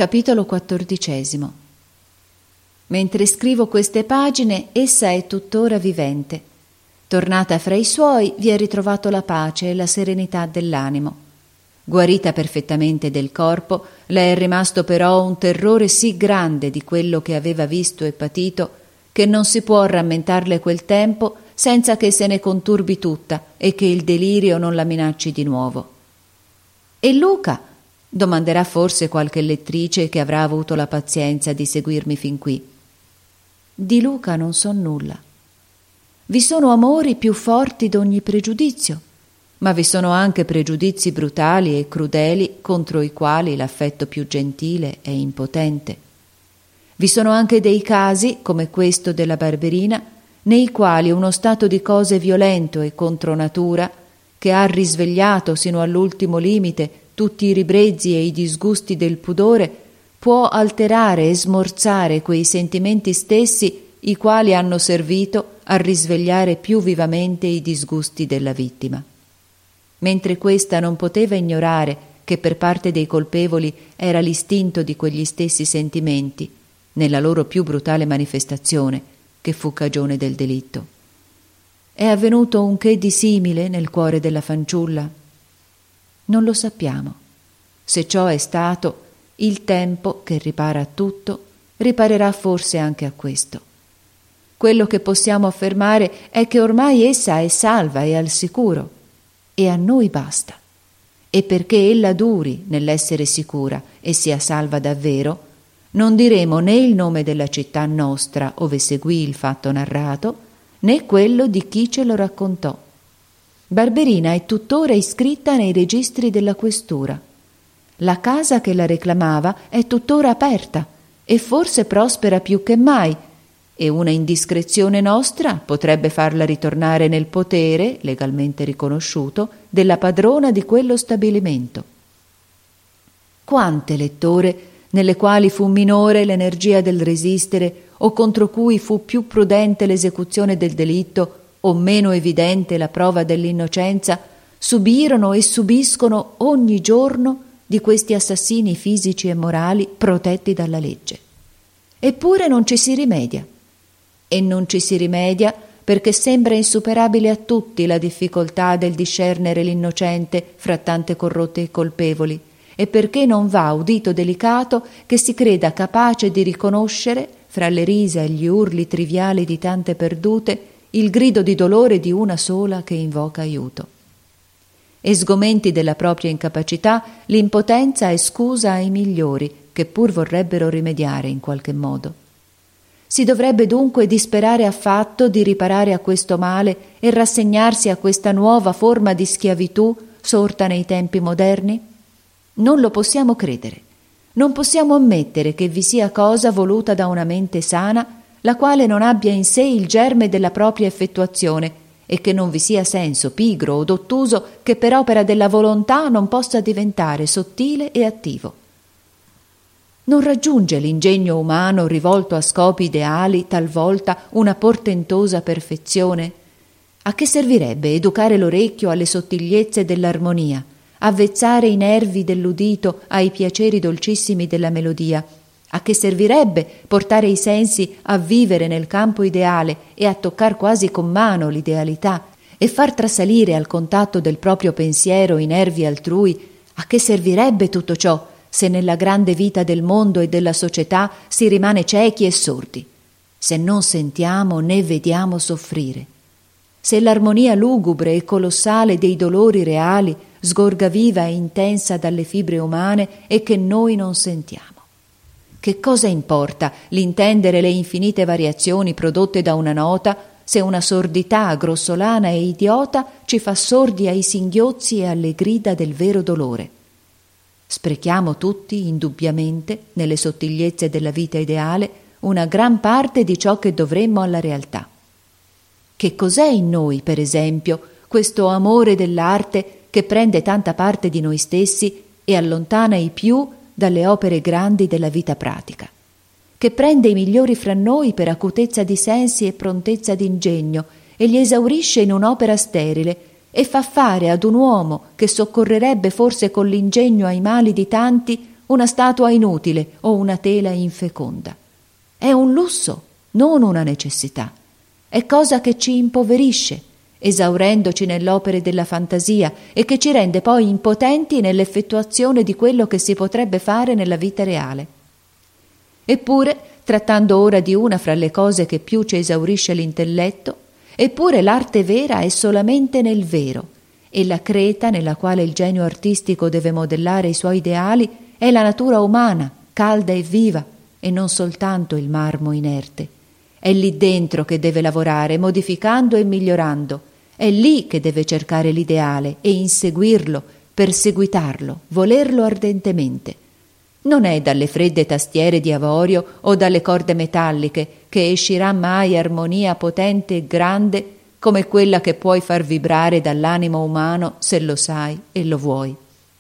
Capitolo 14. Mentre scrivo queste pagine, essa è tuttora vivente. Tornata fra i suoi, vi ha ritrovato la pace e la serenità dell'animo. Guarita perfettamente del corpo, le è rimasto però un terrore sì grande di quello che aveva visto e patito, che non si può rammentarle quel tempo senza che se ne conturbi tutta e che il delirio non la minacci di nuovo. E Luca? Domanderà forse qualche lettrice che avrà avuto la pazienza di seguirmi fin qui. Di Luca non so nulla. Vi sono amori più forti d'ogni pregiudizio, ma vi sono anche pregiudizi brutali e crudeli contro i quali l'affetto più gentile è impotente. Vi sono anche dei casi, come questo della Barberina, nei quali uno stato di cose violento e contro natura, che ha risvegliato sino all'ultimo limite tutti i ribrezzi e i disgusti del pudore, può alterare e smorzare quei sentimenti stessi i quali hanno servito a risvegliare più vivamente i disgusti della vittima. Mentre questa non poteva ignorare che per parte dei colpevoli era l'istinto di quegli stessi sentimenti, nella loro più brutale manifestazione, che fu cagione del delitto. È avvenuto un che di simile nel cuore della fanciulla? Non lo sappiamo. Se ciò è stato, il tempo, che ripara a tutto, riparerà forse anche a questo. Quello che possiamo affermare è che ormai essa è salva e al sicuro, e a noi basta. E perché ella duri nell'essere sicura e sia salva davvero, non diremo né il nome della città nostra ove seguì il fatto narrato, né quello di chi ce lo raccontò. Barberina è tuttora iscritta nei registri della questura. La casa che la reclamava è tuttora aperta e forse prospera più che mai, e una indiscrezione nostra potrebbe farla ritornare nel potere, legalmente riconosciuto, della padrona di quello stabilimento. Quante, lettore, nelle quali fu minore l'energia del resistere o contro cui fu più prudente l'esecuzione del delitto o meno evidente la prova dell'innocenza, subirono e subiscono ogni giorno di questi assassini fisici e morali protetti dalla legge. Eppure non ci si rimedia. E non ci si rimedia perché sembra insuperabile a tutti la difficoltà del discernere l'innocente fra tante corrotte e colpevoli, e perché non va udito delicato che si creda capace di riconoscere, fra le risa e gli urli triviali di tante perdute, il grido di dolore di una sola che invoca aiuto. E sgomenti della propria incapacità, l'impotenza è scusa ai migliori che pur vorrebbero rimediare in qualche modo. Si dovrebbe dunque disperare affatto di riparare a questo male e rassegnarsi a questa nuova forma di schiavitù sorta nei tempi moderni? Non lo possiamo credere. Non possiamo ammettere che vi sia cosa voluta da una mente sana, la quale non abbia in sé il germe della propria effettuazione e che non vi sia senso pigro o ottuso che per opera della volontà non possa diventare sottile e attivo. Non raggiunge l'ingegno umano rivolto a scopi ideali talvolta una portentosa perfezione? A che servirebbe educare l'orecchio alle sottigliezze dell'armonia, avvezzare i nervi dell'udito ai piaceri dolcissimi della melodia? A che servirebbe portare i sensi a vivere nel campo ideale e a toccar quasi con mano l'idealità e far trasalire al contatto del proprio pensiero i nervi altrui? A che servirebbe tutto ciò se nella grande vita del mondo e della società si rimane ciechi e sordi, se non sentiamo né vediamo soffrire, se l'armonia lugubre e colossale dei dolori reali sgorga viva e intensa dalle fibre umane e che noi non sentiamo? Che cosa importa l'intendere le infinite variazioni prodotte da una nota se una sordità grossolana e idiota ci fa sordi ai singhiozzi e alle grida del vero dolore? Sprechiamo tutti, indubbiamente, nelle sottigliezze della vita ideale, una gran parte di ciò che dovremmo alla realtà. Che cos'è in noi, per esempio, questo amore dell'arte che prende tanta parte di noi stessi e allontana i più dalle opere grandi della vita pratica, che prende i migliori fra noi per acutezza di sensi e prontezza d'ingegno e li esaurisce in un'opera sterile e fa fare ad un uomo che soccorrerebbe forse con l'ingegno ai mali di tanti una statua inutile o una tela infeconda. È un lusso, non una necessità. È cosa che ci impoverisce, esaurendoci nell'opere della fantasia e che ci rende poi impotenti nell'effettuazione di quello che si potrebbe fare nella vita reale. Eppure, trattando ora di una fra le cose che più ci esaurisce l'intelletto, eppure l'arte vera è solamente nel vero, e la creta nella quale il genio artistico deve modellare i suoi ideali è la natura umana, calda e viva, e non soltanto il marmo inerte. È lì dentro che deve lavorare, modificando e migliorando. È lì che deve cercare l'ideale e inseguirlo, perseguitarlo, volerlo ardentemente. Non è dalle fredde tastiere di avorio o dalle corde metalliche che escirà mai armonia potente e grande come quella che puoi far vibrare dall'animo umano se lo sai e lo vuoi.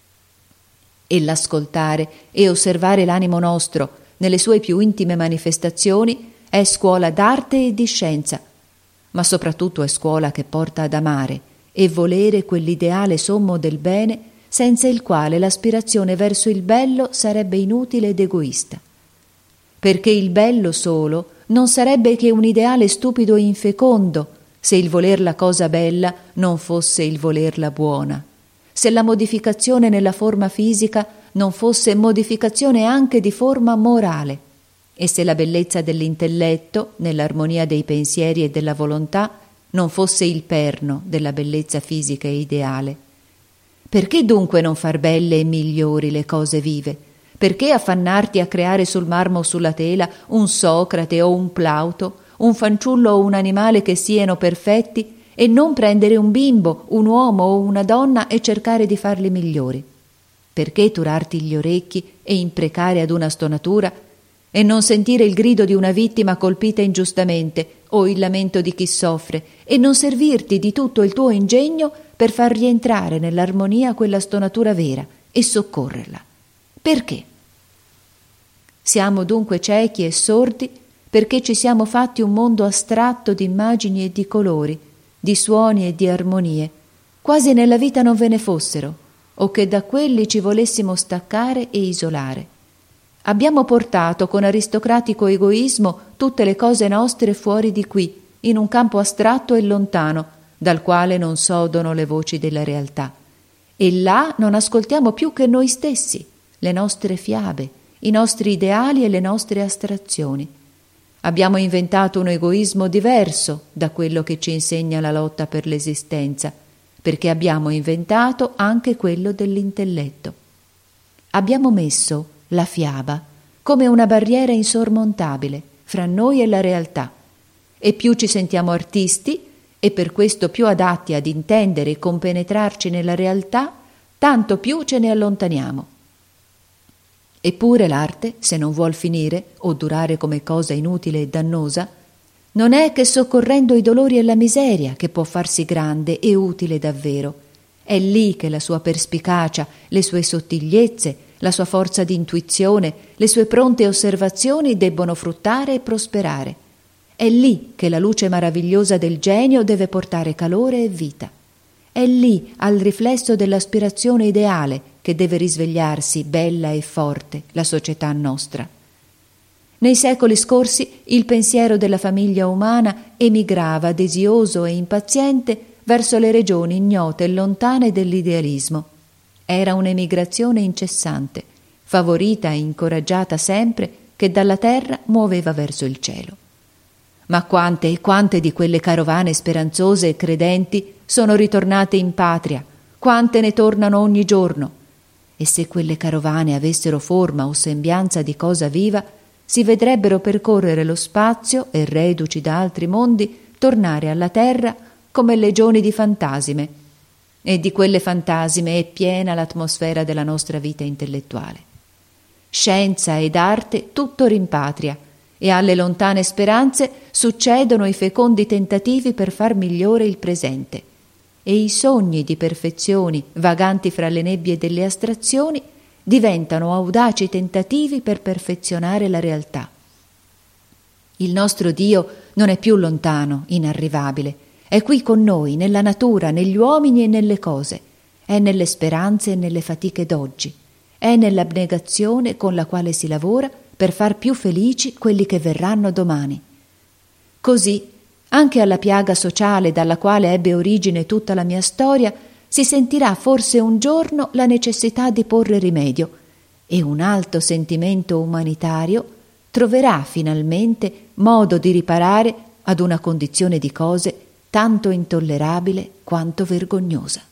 E l'ascoltare e osservare l'animo nostro nelle sue più intime manifestazioni è scuola d'arte e di scienza, ma soprattutto è scuola che porta ad amare e volere quell'ideale sommo del bene senza il quale l'aspirazione verso il bello sarebbe inutile ed egoista. Perché il bello solo non sarebbe che un ideale stupido e infecondo se il voler la cosa bella non fosse il volerla buona, se la modificazione nella forma fisica non fosse modificazione anche di forma morale, e se la bellezza dell'intelletto, nell'armonia dei pensieri e della volontà, non fosse il perno della bellezza fisica e ideale. Perché dunque non far belle e migliori le cose vive? Perché affannarti a creare sul marmo o sulla tela un Socrate o un Plauto, un fanciullo o un animale che siano perfetti, e non prendere un bimbo, un uomo o una donna e cercare di farli migliori? Perché turarti gli orecchi e imprecare ad una stonatura e non sentire il grido di una vittima colpita ingiustamente o il lamento di chi soffre e non servirti di tutto il tuo ingegno per far rientrare nell'armonia quella stonatura vera e soccorrerla? Perché? Siamo dunque ciechi e sordi perché ci siamo fatti un mondo astratto di immagini e di colori, di suoni e di armonie, quasi nella vita non ve ne fossero, o che da quelli ci volessimo staccare e isolare. Abbiamo portato con aristocratico egoismo tutte le cose nostre fuori di qui, in un campo astratto e lontano, dal quale non sodono le voci della realtà. E là non ascoltiamo più che noi stessi, le nostre fiabe, i nostri ideali e le nostre astrazioni. Abbiamo inventato un egoismo diverso da quello che ci insegna la lotta per l'esistenza, perché abbiamo inventato anche quello dell'intelletto. Abbiamo messo la fiaba come una barriera insormontabile fra noi e la realtà, e più ci sentiamo artisti e per questo più adatti ad intendere e compenetrarci nella realtà, tanto più ce ne allontaniamo. Eppure l'arte, se non vuol finire o durare come cosa inutile e dannosa, non è che soccorrendo i dolori e la miseria che può farsi grande e utile davvero. È lì che la sua perspicacia, le sue sottigliezze, la sua forza di intuizione, le sue pronte osservazioni debbono fruttare e prosperare. È lì che la luce meravigliosa del genio deve portare calore e vita. È lì, al riflesso dell'aspirazione ideale, che deve risvegliarsi bella e forte la società nostra. Nei secoli scorsi il pensiero della famiglia umana emigrava desioso e impaziente verso le regioni ignote e lontane dell'idealismo. Era un'emigrazione incessante, favorita e incoraggiata sempre, che dalla terra muoveva verso il cielo. Ma quante e quante di quelle carovane speranzose e credenti sono ritornate in patria, quante ne tornano ogni giorno. E se quelle carovane avessero forma o sembianza di cosa viva, si vedrebbero percorrere lo spazio e, reduci da altri mondi, tornare alla terra come legioni di fantasime. E di quelle fantasime è piena l'atmosfera della nostra vita intellettuale. Scienza ed arte tutto rimpatria, e alle lontane speranze succedono i fecondi tentativi per far migliore il presente, e i sogni di perfezioni vaganti fra le nebbie delle astrazioni diventano audaci tentativi per perfezionare la realtà. Il nostro Dio non è più lontano, inarrivabile, è qui con noi, nella natura, negli uomini e nelle cose, è nelle speranze e nelle fatiche d'oggi, è nell'abnegazione con la quale si lavora per far più felici quelli che verranno domani. Così, anche alla piaga sociale dalla quale ebbe origine tutta la mia storia, si sentirà forse un giorno la necessità di porre rimedio, e un alto sentimento umanitario troverà finalmente modo di riparare ad una condizione di cose tanto intollerabile quanto vergognosa.